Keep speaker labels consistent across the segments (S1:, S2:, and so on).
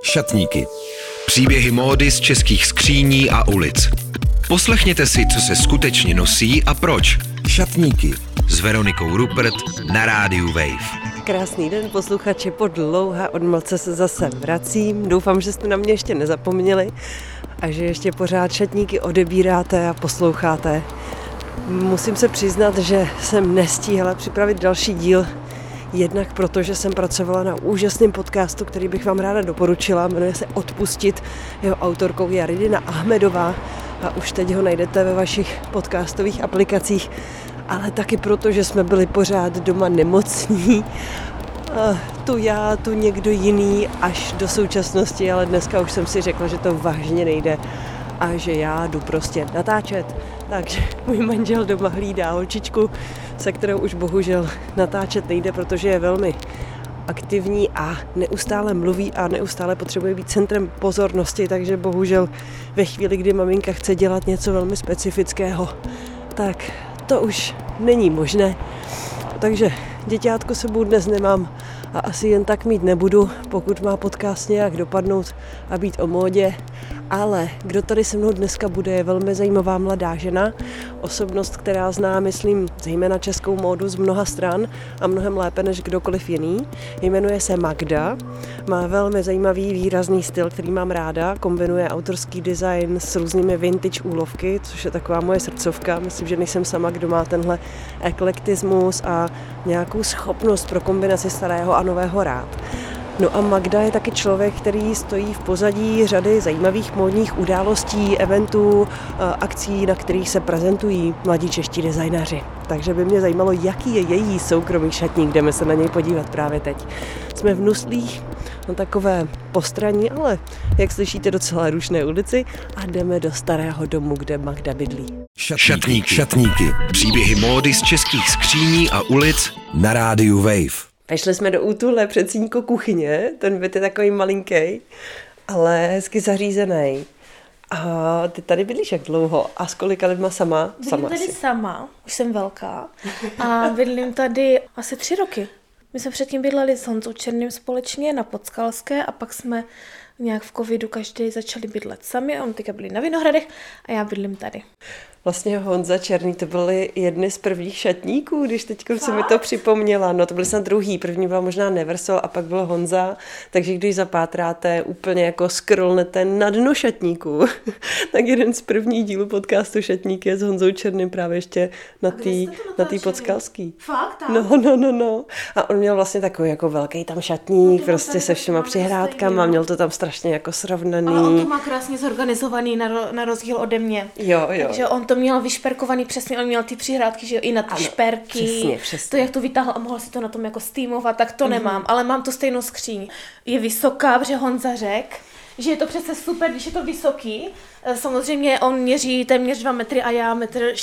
S1: Šatníky. Příběhy módy z českých skříní a ulic. Poslechněte si, co se skutečně nosí a proč. Šatníky s Veronikou Rupert na rádiu Wave.
S2: Krásný den, posluchači, po dlouhé odmlce se zase vracím. Doufám, že jste na mě ještě nezapomněli a že ještě pořád šatníky odebíráte a posloucháte. Musím se přiznat, že jsem nestíhala připravit další díl, jednak proto, že jsem pracovala na úžasném podcastu, který bych vám ráda doporučila, jmenuje se Odpustit, jeho autorkou je Ridina Ahmedová a už teď ho najdete ve vašich podcastových aplikacích, ale taky proto, že jsme byli pořád doma nemocní, tu já, tu někdo jiný až do současnosti, ale dneska už jsem si řekla, že to vážně nejde a že já jdu prostě natáčet. Takže můj manžel doma hlídá holčičku, se kterou už bohužel natáčet nejde, protože je velmi aktivní a neustále mluví a neustále potřebuje být centrem pozornosti, takže bohužel ve chvíli, kdy maminka chce dělat něco velmi specifického, tak to už není možné. Takže děťátko sebou dnes nemám a asi jen tak mít nebudu, pokud má podcast nějak dopadnout a být o módě. Ale kdo tady se mnou dneska bude, je velmi zajímavá mladá žena, osobnost, která zná, myslím, zejména českou módu z mnoha stran a mnohem lépe než kdokoliv jiný. Jmenuje se Magda, má velmi zajímavý výrazný styl, který mám ráda, kombinuje autorský design s různými vintage úlovky, což je taková moje srdcovka. Myslím, že nejsem sama, kdo má tenhle eklektismus a nějakou schopnost pro kombinaci starého a nového rád. No a Magda je taky člověk, který stojí v pozadí řady zajímavých módních událostí, eventů, akcí, na kterých se prezentují mladí čeští designéři. Takže by mě zajímalo, jaký je její soukromý šatník, jdeme se na něj podívat právě teď. Jsme v Nuslích, na takové postraní, ale jak slyšíte, docela rušné ulici a jdeme do starého domu, kde Magda bydlí.
S1: Šatníky. Příběhy módy z českých skříní a ulic na rádiu Wave.
S2: Vešli jsme do útulné předsíňku kuchyně, ten byt je takový malinký, ale hezky zařízený. A ty tady bydlíš jak dlouho? A s kolika lidma sama?
S3: Bydlím tady sama, už jsem velká. A bydlím tady asi 3 roky. My jsme předtím bydleli s Honzou Černým společně na Podskalské a pak jsme nějak v covidu každý začali bydlet sami. On teďka byli na Vinohradech a já bydlím tady.
S2: Vlastně Honza Černý, to byly jedny z prvních šatníků, když teď se mi to připomněla. No to byl snad druhý, první byla možná Neversal a pak byl Honza, takže když zapátráte úplně jako scrollnete na dno šatníků, tak jeden z prvních dílů podcastu Šatníky je s Honzou Černým právě ještě na té Podskalský.
S3: Fakt?
S2: No. A on měl vlastně takový jako velký tam šatník, prostě se všema přihrádkama, měl to tam strašně jako srovnaný.
S3: Ale on to má krásně zorganizovaný na rozdíl ode mě.
S2: Jo.
S3: Takže on to měl vyšperkovaný přesně, on měl ty přihrádky, že jo, i na ty šperky.
S2: Přesně.
S3: To, jak to vytáhl a mohl si to na tom jako steamovat, tak to nemám, ale mám tu stejnou skříň. Je vysoká, protože Honza řekl, že je to přece super, když je to vysoký. Samozřejmě on měří téměř 2 metry a já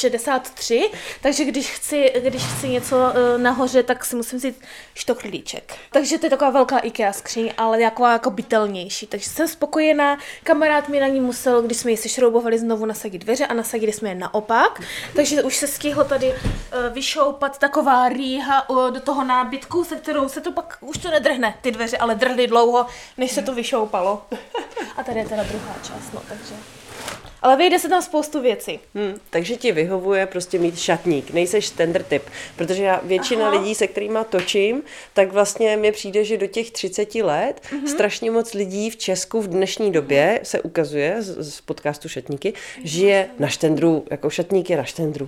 S3: 1,63 m, takže když chci něco nahoře, tak si musím vzít štokrlíček. Takže to je taková velká IKEA skříň, ale jako bytelnější. Takže jsem spokojená. Kamarád mi na ní musel, když jsme ji sešroubovali, znovu nasadit dveře a nasadili jsme je naopak. Takže už se stihlo tady vyšoupat taková rýha do toho nábytku, se kterou se to pak už to nedrhne, ty dveře, ale drhly dlouho, než se to vyšoupalo. A tady je teda druhá část, no takže. Ale vyjde se tam spoustu věcí.
S2: Takže ti vyhovuje prostě mít šatník, nejseš tender typ, protože většina lidí, se kterýma točím, tak vlastně mi přijde, že do těch 30 let strašně moc lidí v Česku v dnešní době se ukazuje z podcastu Šatníky, žije na štendru, jako šatník je na štendru.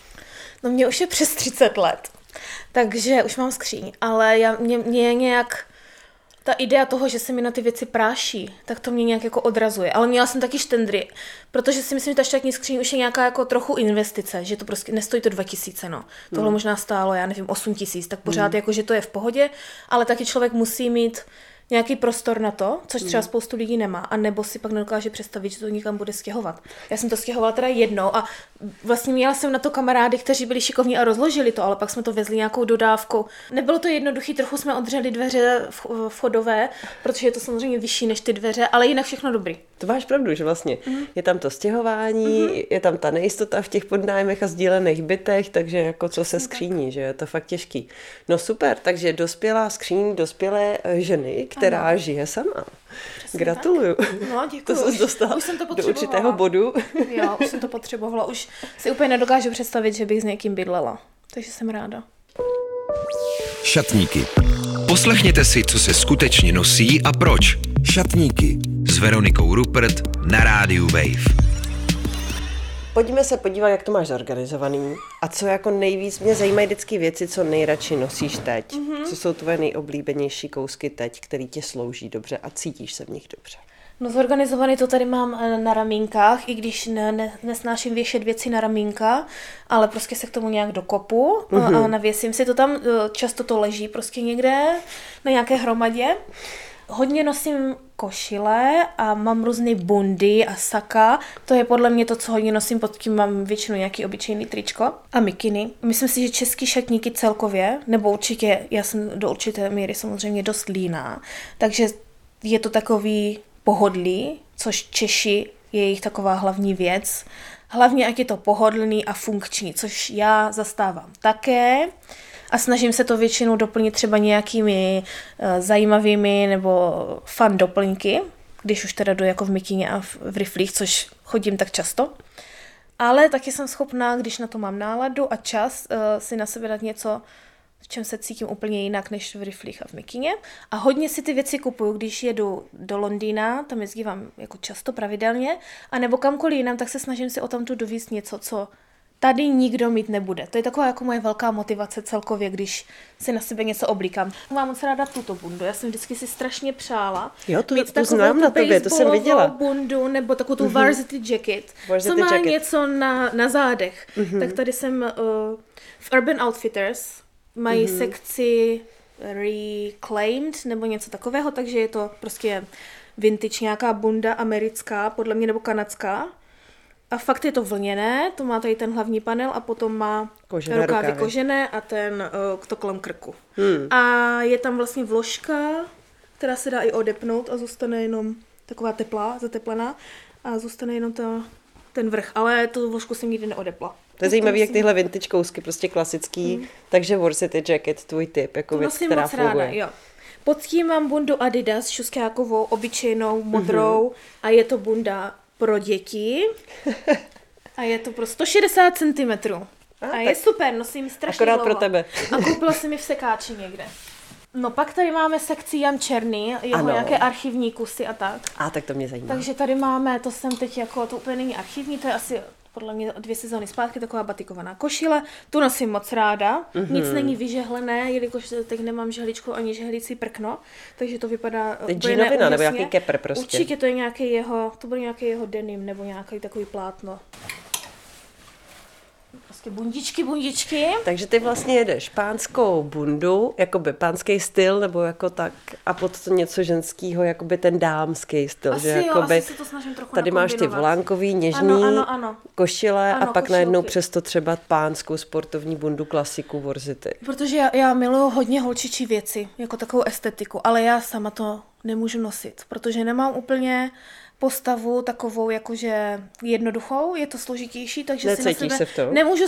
S3: No mě už je přes 30 let, takže už mám skříň, ale mě nějak ta idea toho, že se mi na ty věci práší, tak to mě nějak jako odrazuje. Ale měla jsem taky štendry, protože si myslím, že ta šatní skříň už je nějaká jako trochu investice, že to prostě nestojí to 2000, no. Tohle možná stálo, já nevím, 8000, tak pořád jako, že to je v pohodě, ale taky člověk musí mít nějaký prostor na to, což třeba spoustu lidí nemá, a nebo si pak nedokáže představit, že to někam bude stěhovat. Já jsem to stěhovala teda jednou a vlastně měla jsem na to kamarády, kteří byli šikovní a rozložili to, ale pak jsme to vezli nějakou dodávkou. Nebylo to jednoduché, trochu jsme odřeli dveře vchodové, protože je to samozřejmě vyšší než ty dveře, ale jinak všechno dobrý.
S2: To máš pravdu, že vlastně je tam to stěhování, je tam ta nejistota v těch podnájmech a sdílených bytech, takže jako co se skříní, že je to fakt těžký. No super, takže dospělá skříň dospělé ženy, která žije sama. Přesně gratuluju.
S3: Tak. No, děkuju.
S2: To jsem dostala do určitého bodu.
S3: Jo, už jsem to potřebovala. Už si úplně nedokážu představit, že bych s někým bydlela. Takže jsem ráda.
S1: Šatníky. Poslechněte si, co se skutečně nosí a proč. Šatníky s Veronikou Rupert na rádiu Wave.
S2: Pojďme se podívat, jak to máš zorganizovaný a co jako nejvíc mě zajímají vždycky věci, co nejradši nosíš teď. Co jsou tvoje nejoblíbenější kousky teď, který tě slouží dobře a cítíš se v nich dobře.
S3: No zorganizovaný to tady mám na ramínkách, i když nesnáším věšet věci na ramínka, ale prostě se k tomu nějak dokopu a navěsím si to tam, často to leží prostě někde na nějaké hromadě. Hodně nosím košile a mám různé bundy a saka. To je podle mě to, co hodně nosím, pod tím mám většinou nějaký obyčejný tričko a mikiny. Myslím si, že český šatníky celkově, nebo určitě, já jsem do určité míry samozřejmě dost líná, takže je to takový pohodlí, což Češi je jejich taková hlavní věc. Hlavně, ať je to pohodlný a funkční, což já zastávám také. A snažím se to většinou doplnit třeba nějakými zajímavými nebo fun doplňky, když už teda jdu jako v mikině a v riflích, což chodím tak často. Ale taky jsem schopná, když na to mám náladu a čas, si na sebe dát něco, v čem se cítím úplně jinak než v riflích a v mikině. A hodně si ty věci kupuju, když jedu do Londýna, tam jezdívám jako často, pravidelně, a nebo kamkoliv jinam, tak se snažím si o tamtu dovízt něco, co tady nikdo mít nebude. To je taková jako moje velká motivace celkově, když si na sebe něco oblíkám. Mám moc ráda tuto bundu. Já jsem vždycky si strašně přála
S2: mít tu znám na tobě, to jsem viděla.
S3: Bundu nebo takovou tu varsity jacket, co má něco na zádech. Tak tady jsem v Urban Outfitters mají sekci Reclaimed nebo něco takového, takže je to prostě vintage, nějaká bunda americká, podle mě, nebo kanadská. A fakt je to vlněné, to má tady ten hlavní panel a potom má rukávy kožené a to kolem krku. A je tam vlastně vložka, která se dá i odepnout a zůstane jenom taková zateplená a zůstane jenom ten vrch, ale tu vložku jsem nikdy neodepla.
S2: To je zajímavé, jak tyhle vintage kousky, prostě klasický, takže Varsity jacket, tvůj tip, jako věc, která funguje. Ráda,
S3: jo. Pod tím mám bundu Adidas šusťákovou, obyčejnou, modrou a je to bunda pro děti a je to pro 160 cm. A je super, nosím strašně
S2: akorát
S3: dlouho.
S2: Pro tebe.
S3: A koupila jsem ji v sekáči někde. No pak tady máme sekci Jan Černý, jeho nějaké archivní kusy a tak.
S2: Tak to mě zajímá.
S3: Takže tady máme, to jsem teď jako, to úplně není archivní, to je asi podle mě 2 sezóny zpátky, taková batikovaná košile. Tu nosím moc ráda, nic není vyžehlené, jelikož teď nemám žehličku ani žehlící prkno, takže to vypadá
S2: úplně neúměrně. Nebo nějaký kepr prostě.
S3: Určitě to je to bude nějaký jeho denim nebo nějaký takový plátno. Prostě bundičky.
S2: Takže ty vlastně jedeš pánskou bundu, jakoby pánský styl, nebo jako tak, a pod to něco ženského, jakoby ten dámský styl.
S3: Asi
S2: že
S3: jo,
S2: jakoby,
S3: asi se to snažím trochu
S2: tady máš ty volánkový, něžný
S3: ano.
S2: košile a pak najednou přesto třeba pánskou sportovní bundu klasiku Varsity.
S3: Protože já miluju hodně holčičí věci, jako takovou estetiku, ale já sama to nemůžu nosit, protože nemám úplně postavu takovou jakože jednoduchou, je to složitější, takže nemůžu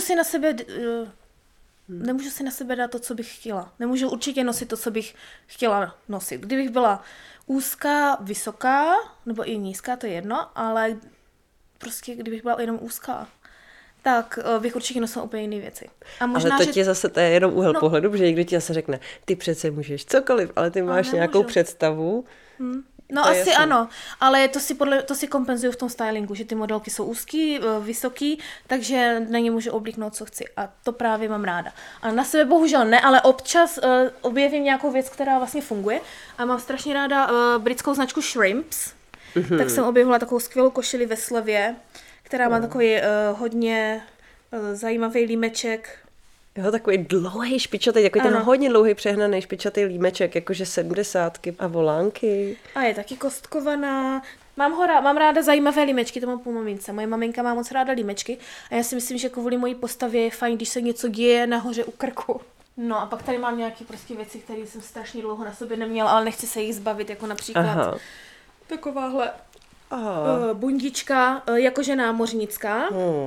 S3: si na sebe dát to, co bych chtěla. Nemůžu určitě nosit to, co bych chtěla nosit. Kdybych byla úzká, vysoká, nebo i nízká, to je jedno, ale prostě kdybych byla jenom úzká, tak bych určitě nosila úplně jiné věci. A možná,
S2: ale to ti zase, to je jenom úhel pohledu, protože někdo ti zase řekne, ty přece můžeš cokoliv, ale ty máš nějakou představu.
S3: No asi jasný. Ano, ale to si kompenzuju v tom stylingu, že ty modelky jsou úzký, vysoký, takže na ně můžu oblíknout, co chci. A to právě mám ráda. A na sebe bohužel ne, ale občas objevím nějakou věc, která vlastně funguje. A mám strašně ráda britskou značku Shrimps. Tak jsem objevila takovou skvělou košili ve slevě, která má takový hodně zajímavý límeček.
S2: Jo, takový dlouhý špičatý, takový ten hodně dlouhý přehnaný špičatý límeček, jakože 70 a volánky.
S3: A je taky kostkovaná. Mám ráda zajímavé límečky, to mám po mamince. Moje maminka má moc ráda límečky a já si myslím, že kvůli mojí postavě je fajn, když se něco děje nahoře u krku. No a pak tady mám nějaké prostě věci, které jsem strašně dlouho na sobě neměla, ale nechci se jich zbavit, jako například takováhle bundička, jakože námořnická.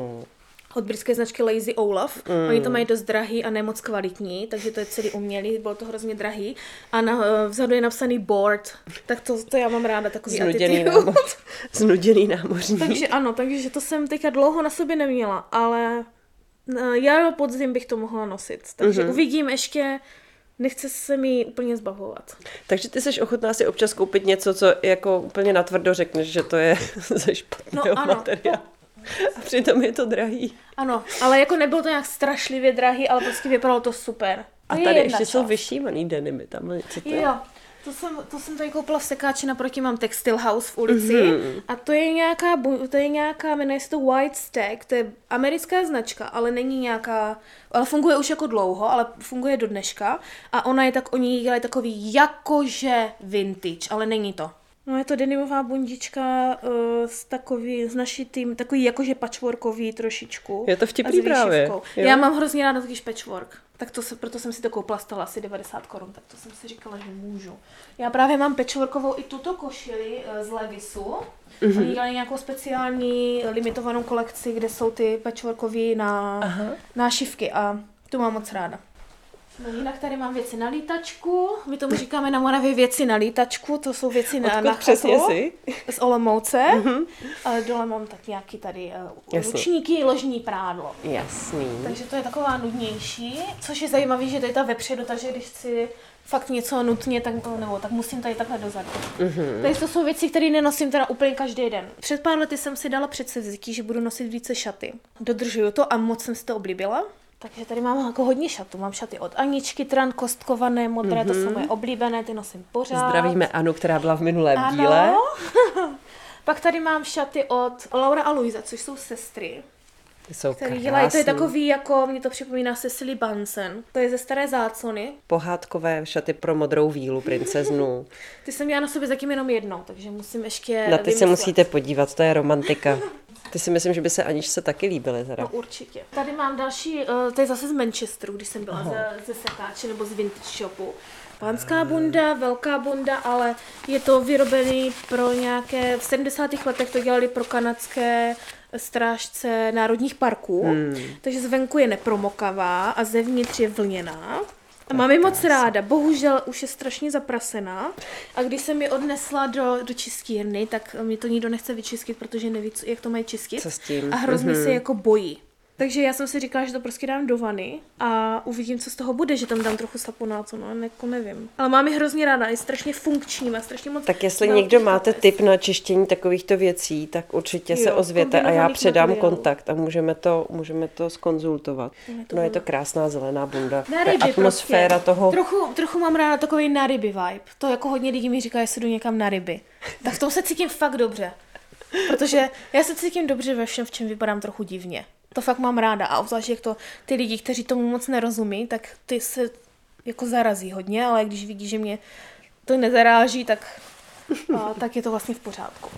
S3: Od britské značky Lazy Olaf. Oni to mají dost drahý a nemoc kvalitní, takže to je celý umělý, bylo to hrozně drahý. A vzadu je napsaný board, tak to já mám ráda, takový attitude.
S2: Znuděný námořník.
S3: Takže ano, takže to jsem teďka dlouho na sobě neměla, ale já podzim bych to mohla nosit. Takže uvidím ještě, nechce se mi úplně zbavovat.
S2: Takže ty jsi ochotná si občas koupit něco, co jako úplně natvrdo řekneš, že to je ze špatného materiálu. A přitom je to drahý.
S3: Ano, ale jako nebylo to nějak strašlivě drahý, ale prostě vypadalo to super.
S2: A tady ještě jsou vyšívaný denimy tam.
S3: Jo, to jsem tady koupila v sekáči, naproti mám Textile House v ulici. A to je nějaká, jmenuje se to White Stack, to je americká značka, ale není nějaká, ale funguje už jako dlouho, ale funguje do dneška. A oni dělají takový jakože vintage, ale není to. No je to denimová bundička s našitým, takový jakože patchworkový trošičku.
S2: Je to vtipný právě.
S3: Já mám hrozně ráda takový patchwork. Tak proto jsem si to koupila, stala asi 90 Kč, tak to jsem si říkala, že můžu. Já právě mám patchworkovou i tuto košili z Levisu. Oni dělají nějakou speciální limitovanou kolekci, kde jsou ty patchworkové nášivky a tu mám moc ráda. No jinak tady mám věci na lítačku, my tomu říkáme na Moravě věci na lítačku, to jsou věci na chatu z Olomouce, ale dole mám tak nějaký tady ručníky, ložní prádlo.
S2: Jasný.
S3: Takže to je taková nudnější, což je zajímavé, že tady ta vepředu, takže když chci fakt něco nutně, tak musím tady takhle dozadu. Takže to jsou věci, které nenosím teda úplně každý den. Před pár lety jsem si dala předsevzetí, že budu nosit více šaty. Dodržuju to a moc jsem si to oblíbila. Takže tady mám jako hodně šatů. Mám šaty od Aničky Tran, kostkované, modré, to jsou moje oblíbené, ty nosím pořád.
S2: Zdravíme Anu, která byla v minulém díle.
S3: Pak tady mám šaty od Laura a Luisa, což jsou sestry.
S2: Ty jsou
S3: který dělají, to je takový, jako mě to připomíná Cecily Bunsen. To je ze Staré zácony.
S2: Pohádkové šaty pro modrou vílu, princeznu.
S3: Ty jsem měla na sobě zatím jenom jednou, takže musím ještě
S2: na ty se musíte podívat, to je romantika. Ty si myslím, že by se Aničce taky líbily teda.
S3: No určitě. Tady mám další, to je zase z Manchesteru, když jsem byla ze sekáče nebo z vintage shopu. Pánská bunda, velká bunda, ale je to vyrobený pro nějaké, v 70. letech to dělali pro kanadské strážce národních parků, takže zvenku je nepromokavá a zevnitř je vlněná. A mám ji moc ráda, bohužel už je strašně zaprasená a když jsem ji odnesla do čistírny, tak mi to nikdo nechce vyčistit, protože neví, jak to mají čistit.
S2: Co s tím?
S3: A hrozně se jako bojí. Takže já jsem si říkala, že to prostě dám do vany a uvidím, co z toho bude, že tam dám trochu saponátu, no, jako nevím. Ale mám ji hrozně ráda, je strašně funkční, má strašně moc...
S2: Tak jestli někdo máte tip na čištění takovýchto věcí, tak určitě se ozvěte a já předám kontakt a můžeme to zkonzultovat. Je to krásná zelená bunda.
S3: Na ryby
S2: atmosféra
S3: prostě.
S2: toho...
S3: Trochu mám ráda takový na ryby vibe. To jako hodně lidí mi říká, jestli jdu někam na ryby. Tak v tom se cítím fakt dobře. Protože já se cítím dobře ve všem, v čem vypadám trochu divně. To fakt mám ráda a obzvlášť jak to ty lidi, kteří tomu moc nerozumí, tak ty se jako zarazí hodně, ale když vidí, že mě to nezaráží, tak je to vlastně v pořádku.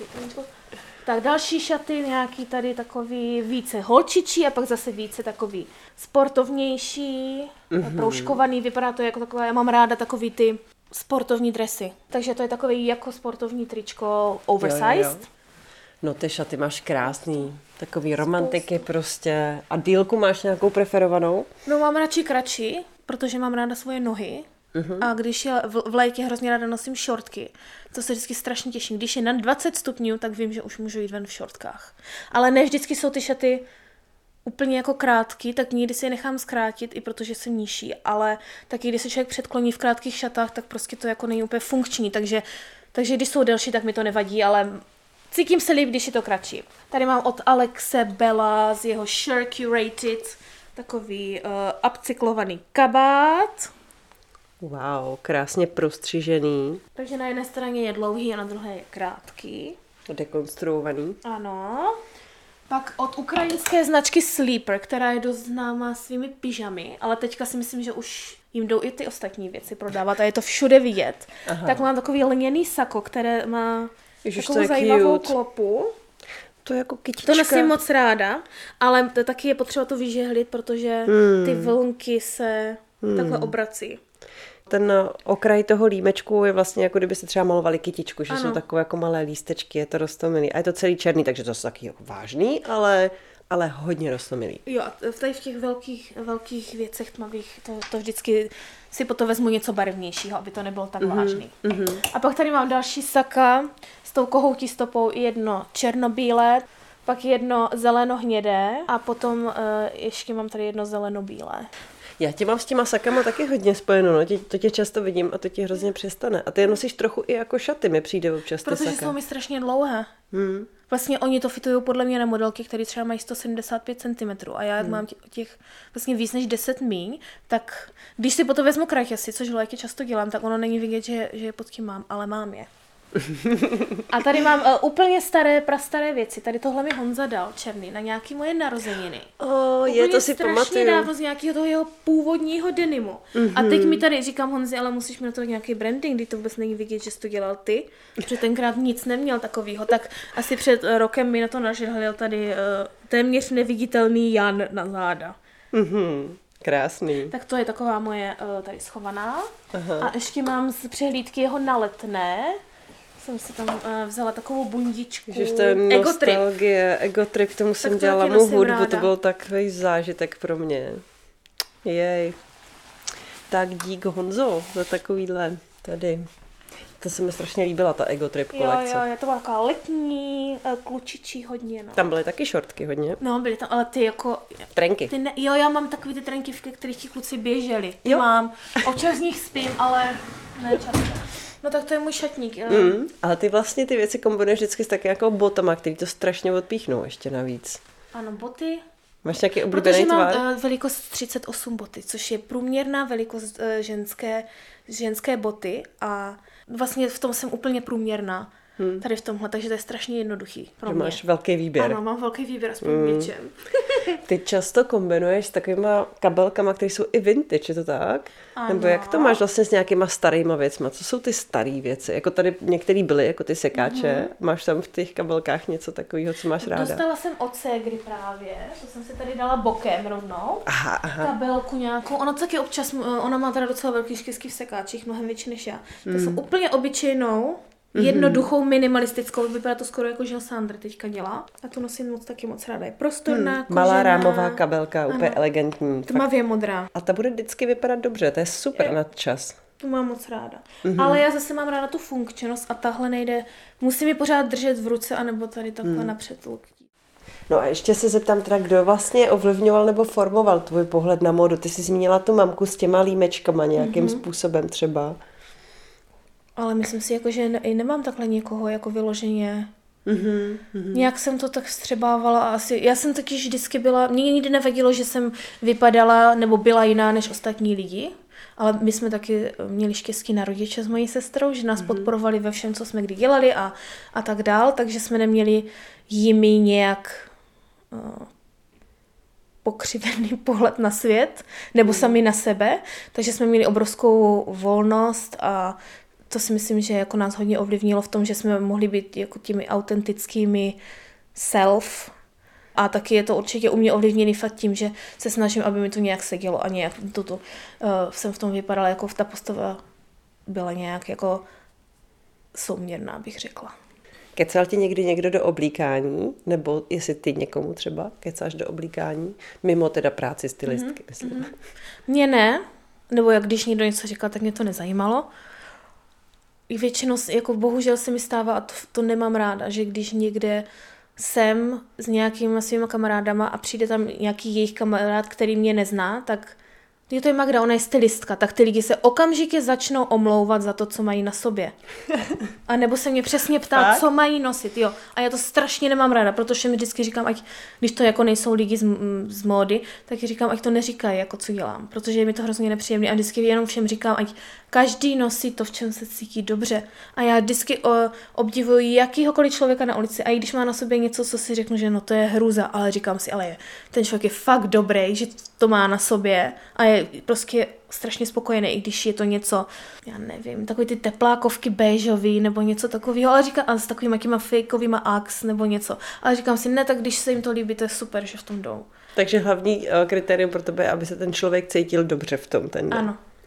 S3: Tak další šaty, nějaký tady takový více holčičí a pak zase více takový sportovnější, proužkovaný, vypadá to jako takové, já mám ráda takový ty sportovní dresy. Takže to je takový jako sportovní tričko oversized.
S2: Jo. No ty šaty máš krásný, takový romantiky prostě. A dílku máš nějakou preferovanou?
S3: No mám radši kratší, protože mám ráda svoje nohy. A když je v létě hrozně ráda nosím šortky, to se vždycky strašně těším. Když je na 20 stupňů, tak vím, že už můžu jít ven v šortkách. Ale ne vždycky jsou ty šaty úplně jako krátký, tak někdy si je nechám zkrátit, i protože jsem nižší, ale taky když se člověk předkloní v krátkých šatách, tak prostě to jako není úplně funkční, takže když jsou delší, tak mi to nevadí, ale cítím se líp, když je to kratší. Tady mám od Alexe Bella z jeho Sheer Curated takový upcyklovaný kabát.
S2: Wow, krásně prostřižený.
S3: Takže na jedné straně je dlouhý a na druhé je krátký.
S2: Dekonstruovaný.
S3: Ano. Pak od ukrajinské značky Sleeper, která je dost známá svými pyžamy, ale teďka si myslím, že už jim jdou i ty ostatní věci prodávat a je to všude vidět. Aha. Tak mám takový lněný sako, které má takovou zajímavou klopu.
S2: To je jako kytička.
S3: To nosím moc ráda, ale taky je potřeba to vyžehlit, protože ty vlnky se takhle obrací.
S2: Ten okraj toho límečku je vlastně jako kdyby se třeba malovali kytičku, že jsou takové jako malé lístečky, je to roztomilý. A je to celý černý, takže to jsou taky jako vážný, ale hodně roztomilý.
S3: Jo, a tady v těch velkých věcech tmavých to vždycky si po to vezmu něco barevnějšího, aby to nebylo tak vážný. A pak tady mám další saka s tou kohoutí stopou, jedno černobílé, pak jedno zeleno-hnědé a potom ještě mám tady jedno zeleno-bílé.
S2: Já tě mám s těma sakama taky hodně spojeno, no. To tě často vidím a to ti hrozně přestane. A ty je nosíš trochu i jako šaty, mi přijde občas ty
S3: protože
S2: saka.
S3: jsou mi strašně dlouhé. Vlastně oni to fitují podle mě na modelky, které třeba mají 175 cm a já jak mám těch vlastně víc než 10 míň, tak když si po to vezmu kraťasy, což léky často dělám, tak ono není vidět, že je pod tím mám, ale mám je. A tady mám úplně prastaré věci. Tady tohle mi Honza dal černý na nějaký moje narozeniny.
S2: Je to si
S3: strašně
S2: pamatuju.
S3: dávno z nějakého toho jeho původního denimu. A teď mi tady říkám Honzi, ale musíš mi na to nějaký branding, kdy to vůbec není vidět, že jsi to dělal ty, protože tenkrát nic neměl takového. Tak asi před rokem mi na to nažehlil tady téměř neviditelný Jan na záda.
S2: Krásný.
S3: Tak to je taková moje tady schovaná. A ještě mám z přehlídky jeho na Letné. Jsem si tam vzala takovou bundičku.
S2: Ježiš, to je nostalgie, Egotrip, k tomu jsem dělala mou hudbu, ráda. To byl takový zážitek pro mě. Jej. Tak dík Honzo za takovýhle tady. To se mi strašně líbila, ta Egotrip kolekce.
S3: Jo, to byla taková letní, klučičí hodně. No.
S2: Tam byly taky šortky hodně.
S3: No, byly tam, ale ty jako...
S2: Trenky.
S3: Já mám takový ty trenky, v kterých ti kluci běželi. Jo. Mám. Občas z nich spím, ale ne často. No tak to je můj šatník.
S2: Ale ty vlastně ty věci kombinuješ vždycky s taky jako botama, který to strašně odpíchnou ještě navíc.
S3: Ano, boty.
S2: Máš nějaký oblíbený tvar?
S3: Protože mám velikost 38 boty, což je průměrná velikost ženské boty a vlastně v tom jsem úplně průměrná. Tady v tomhle, takže to je strašně jednoduchý pro mě.
S2: Máš velký výběr.
S3: Ano, mám velký výběr aspoň v něčem.
S2: Ty často kombinuješ s takovýma kabelkama, které jsou i vintage, je to tak?
S3: Ano.
S2: Nebo jak to máš vlastně s nějakýma starýma věcma? Co jsou ty staré věci? Jako tady některý byly, jako ty sekáče. Máš tam v těch kabelkách něco takového, co máš ráda?
S3: Dostala jsem od ségry právě, to jsem si tady dala bokem rovnou.
S2: Aha.
S3: Kabelku nějakou, ona taky občas, ona má teda docela velký škysky v sekáčích, mnohem větší než já. To jsou úplně obyčejnou, jednoduchou, minimalistickou, vypadá to skoro jako Jill Sandra teďka dělá. A to nosím taky moc ráda. Je prostorná, kožená.
S2: Malá rámová kabelka, úplně elegantní.
S3: Tmavě modrá.
S2: A ta bude vždycky vypadat dobře, to je super na čas.
S3: Tu mám moc ráda. Ale já zase mám ráda tu funkčnost a tahle nejde, musím ji pořád držet v ruce, anebo tady takhle napřed loktí.
S2: No a ještě se zeptám teda, kdo vlastně ovlivňoval nebo formoval tvůj pohled na módu. Ty jsi zmínila tu mamku s těma límečkama nějakým způsobem třeba. Ale
S3: myslím si, jako, že nemám takhle někoho jako vyloženě. Nějak jsem to tak vstřebávala a asi, já jsem taky vždycky byla, mě nikdy nevadilo, že jsem vypadala nebo byla jiná než ostatní lidi, ale my jsme taky měli štěstí na rodiče s mojí sestrou, že nás podporovali ve všem, co jsme kdy dělali a tak dál, takže jsme neměli jimi nějak pokřivený pohled na svět, nebo sami na sebe, takže jsme měli obrovskou volnost a to si myslím, že jako nás hodně ovlivnilo v tom, že jsme mohli být jako těmi autentickými self a taky je to určitě u mě ovlivněný fakt tím, že se snažím, aby mi to nějak sedělo a nějak jsem v tom vypadala, jako ta postava byla nějak jako souměrná, bych řekla.
S2: Kecal ti někdy někdo do oblíkání? Nebo jestli ty někomu třeba kecáš do oblíkání? Mimo teda práci stylistky, myslím.
S3: Mně ne, nebo jak když někdo něco říkal, tak mě to nezajímalo. I většinou, jako bohužel se mi stává, a to nemám ráda, že když někde jsem s nějakýma svýma kamarádama a přijde tam nějaký jejich kamarád, který mě nezná, tak to je Magda, ona je stylistka, tak ty lidi se okamžitě začnou omlouvat za to, co mají na sobě. A nebo se mě přesně ptá, co mají nosit, jo. A já to strašně nemám ráda, protože mi vždycky říkám, ať, když to jako nejsou lidi z módy, tak říkám, ať to neříkají, jako co dělám, protože je mi to hrozně nepříjemné a vždycky jenom všem říkám, ať každý nosí to, v čem se cítí dobře. A já vždycky obdivuji jakýhokoliv člověka na ulici a i když má na sobě něco, co si řeknu, že no to je hrůza, ale říkám si, ale ten člověk je fakt dobrý, že to má na sobě a je prostě strašně spokojený, i když je to něco, já nevím, takový ty teplákovky béžový nebo něco takového, ale říkám, a s takovýma těma fejkovýma Axe nebo něco. Ale říkám si, ne, tak když se jim to líbí, to je super, že v tom jdou.
S2: Takže hlavní kritérium pro tebe je, aby se ten člověk cítil dobře v tom ten den.
S3: Ano.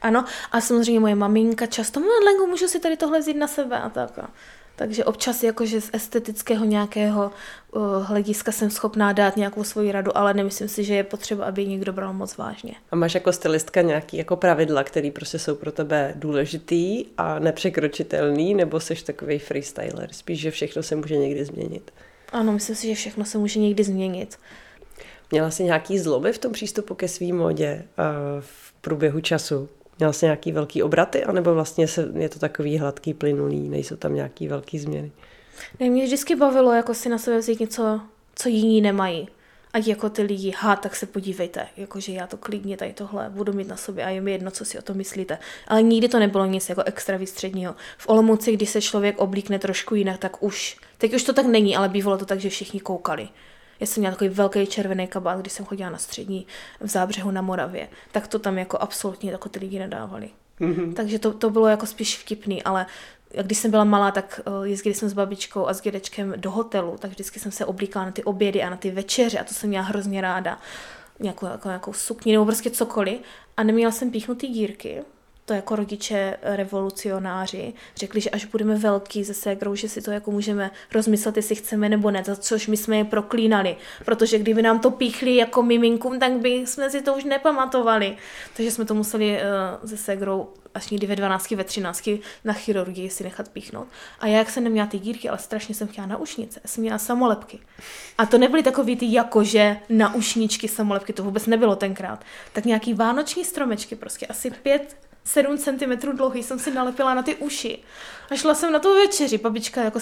S3: Ano, a samozřejmě moje maminka často, Lenko, můžu si tady tohle vzít na sebe a tak. Takže občas jakože z estetického nějakého hlediska jsem schopná dát nějakou svoji radu, ale nemyslím si, že je potřeba, aby někdo bral moc vážně.
S2: A máš jako stylistka nějaký jako pravidla, které prostě jsou pro tebe důležitý a nepřekročitelný, nebo jsi takovej freestyler? Spíš, že všechno se může někdy změnit.
S3: Ano, myslím si, že všechno se může někdy změnit.
S2: Měla jsi nějaký zlomy v tom přístupu ke svý módě v průběhu času? Měla jsi nějaký velký obraty, anebo vlastně je to takový hladký, plynulý, nejsou tam nějaký velký změny?
S3: Ne, mě vždycky bavilo jako si na sebe vzít něco, co jiní nemají. Ať jako ty lidi, tak se podívejte, jakože já to klidně tady tohle budu mít na sobě a je mi jedno, co si o tom myslíte. Ale nikdy to nebylo nic jako extra výstředního. V Olomouci, když se člověk oblíkne trošku jinak, tak teď už to tak není, ale bývalo to tak, že všichni koukali. Já jsem měla takový velký červený kabát, když jsem chodila na střední v Zábřehu na Moravě, tak to tam jako absolutně jako ty lidi nedávali. Mm-hmm. Takže to bylo jako spíš vtipný, ale když jsem byla malá, tak jezdili jsme s babičkou a s dědečkem do hotelu, tak vždycky jsem se oblíkala na ty obědy a na ty večeře a to jsem měla hrozně ráda. Nějakou sukni nebo prostě cokoliv a neměla jsem píchnutý dírky. To jako rodiče revolucionáři řekli, že až budeme velký se ségrou, že si to jako můžeme rozmyslet, jestli chceme nebo ne, za což my jsme je proklínali, protože kdyby nám to píchli jako miminkům, tak by jsme si to už nepamatovali. Takže jsme to museli se ségrou až někdy ve 12, ve 13 na chirurgii si nechat píchnout. A já, jak jsem neměla ty dírky, ale strašně jsem chtěla naušnice, já jsem měla samolepky. A to nebyly takový ty jakože naušničky samolepky, to vůbec nebylo tenkrát. Tak nějaký vánoční stromečky, prostě asi 5-7 cm dlouhý jsem si nalepila na ty uši. A šla jsem na tu večeři. Babička jako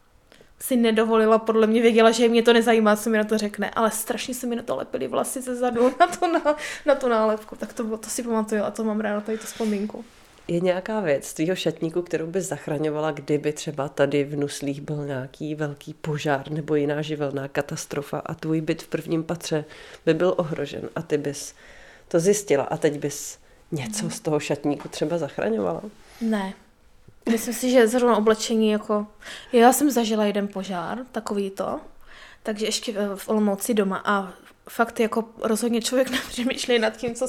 S3: si nedovolila, podle mě věděla, že mě to nezajímá, co mi na to řekne, ale strašně se mi na to lepily vlasy ze zadu na tu nálepku. Tak to si pamatuju a to mám ráda, tady tu vzpomínku.
S2: Je nějaká věc z tvýho šatníku, kterou bys zachraňovala, kdyby třeba tady v Nuslích byl nějaký velký požár nebo jiná živelná katastrofa a tvůj byt v prvním patře by byl ohrožen a ty bys to zjistila a teď bys něco z toho šatníku třeba zachraňovala?
S3: Ne. Myslím si, že zrovna oblečení jako... Já jsem zažila jeden požár, takový to, takže ještě v Olomouci doma a fakt jako rozhodně člověk nepřemýšlí nad tím,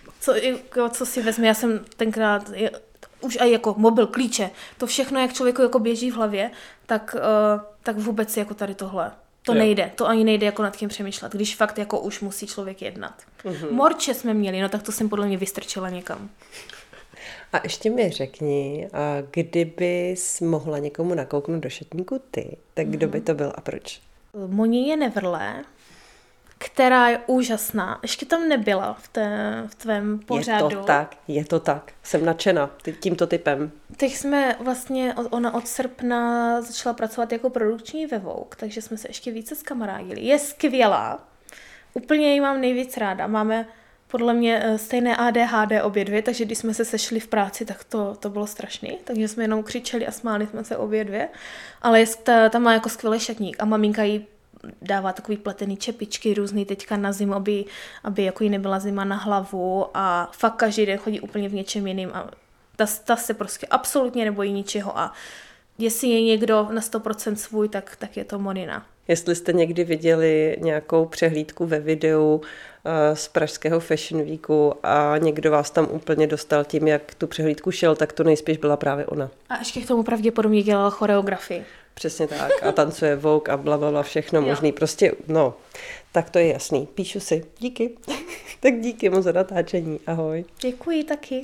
S3: co si vezme. Já jsem tenkrát už i jako mobil, klíče, to všechno, jak člověku jako běží v hlavě, tak vůbec jako tady tohle. To nejde, to ani nejde jako nad tím přemýšlet, když fakt jako už musí člověk jednat. Mm-hmm. Morče jsme měli, no tak to jsem podle mě vystrčila někam.
S2: A ještě mi řekni, kdybys mohla někomu nakouknout do šatníku ty, tak kdo by to byl a proč?
S3: Monique Neverle, která je úžasná. Ještě tam nebyla v tvém pořadu.
S2: Je to tak. Jsem nadšena tímto typem.
S3: Teď jsme vlastně, ona od srpna začala pracovat jako produkční ve Vogue, takže jsme se ještě více zkamarádili. Je skvělá. Úplně ji mám nejvíc ráda. Máme podle mě stejné ADHD obě dvě, takže když jsme se sešli v práci, tak to bylo strašný. Takže jsme jenom křičeli a smáli jsme se obě dvě. Ale ta má jako skvělý šatník a maminka jí dává takový pletený čepičky různý teďka na zimu, aby jako jí nebyla zima na hlavu a fakt každý den chodí úplně v něčem jiným a ta se prostě absolutně nebojí ničeho a jestli je někdo na 100% svůj, tak je to Monina.
S2: Jestli jste někdy viděli nějakou přehlídku ve videu z pražského Fashion Weeku a někdo vás tam úplně dostal tím, jak tu přehlídku šel, tak to nejspíš byla právě ona.
S3: A ještě k tomu pravděpodobně dělala choreografii.
S2: Přesně tak. A tancuje Vogue a blablabla, všechno možný. Prostě, tak to je jasný. Píšu si. Díky. Tak díky moc za natáčení. Ahoj.
S3: Děkuji taky.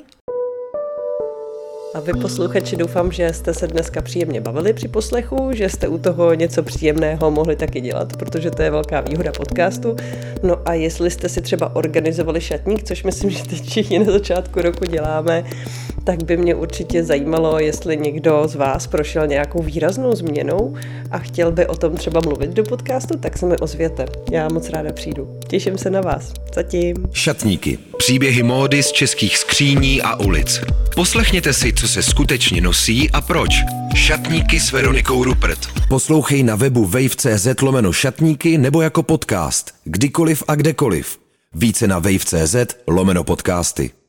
S2: A vy posluchači, doufám, že jste se dneska příjemně bavili při poslechu, že jste u toho něco příjemného mohli taky dělat, protože to je velká výhoda podcastu. No a jestli jste si třeba organizovali šatník, což myslím, že teď všichni na začátku roku děláme, tak by mě určitě zajímalo, jestli někdo z vás prošel nějakou výraznou změnou a chtěl by o tom třeba mluvit do podcastu, tak se mi ozvěte. Já moc ráda přijdu. Těším se na vás. Zatím.
S1: Šatníky. Příběhy módy z českých skříní a ulic. Poslechněte si, co se skutečně nosí a proč. Šatníky s Veronikou Rupert. Poslouchej na webu wave.cz/šatníky nebo jako podcast. Kdykoliv a kdekoliv. Více na wave.cz/podcasty.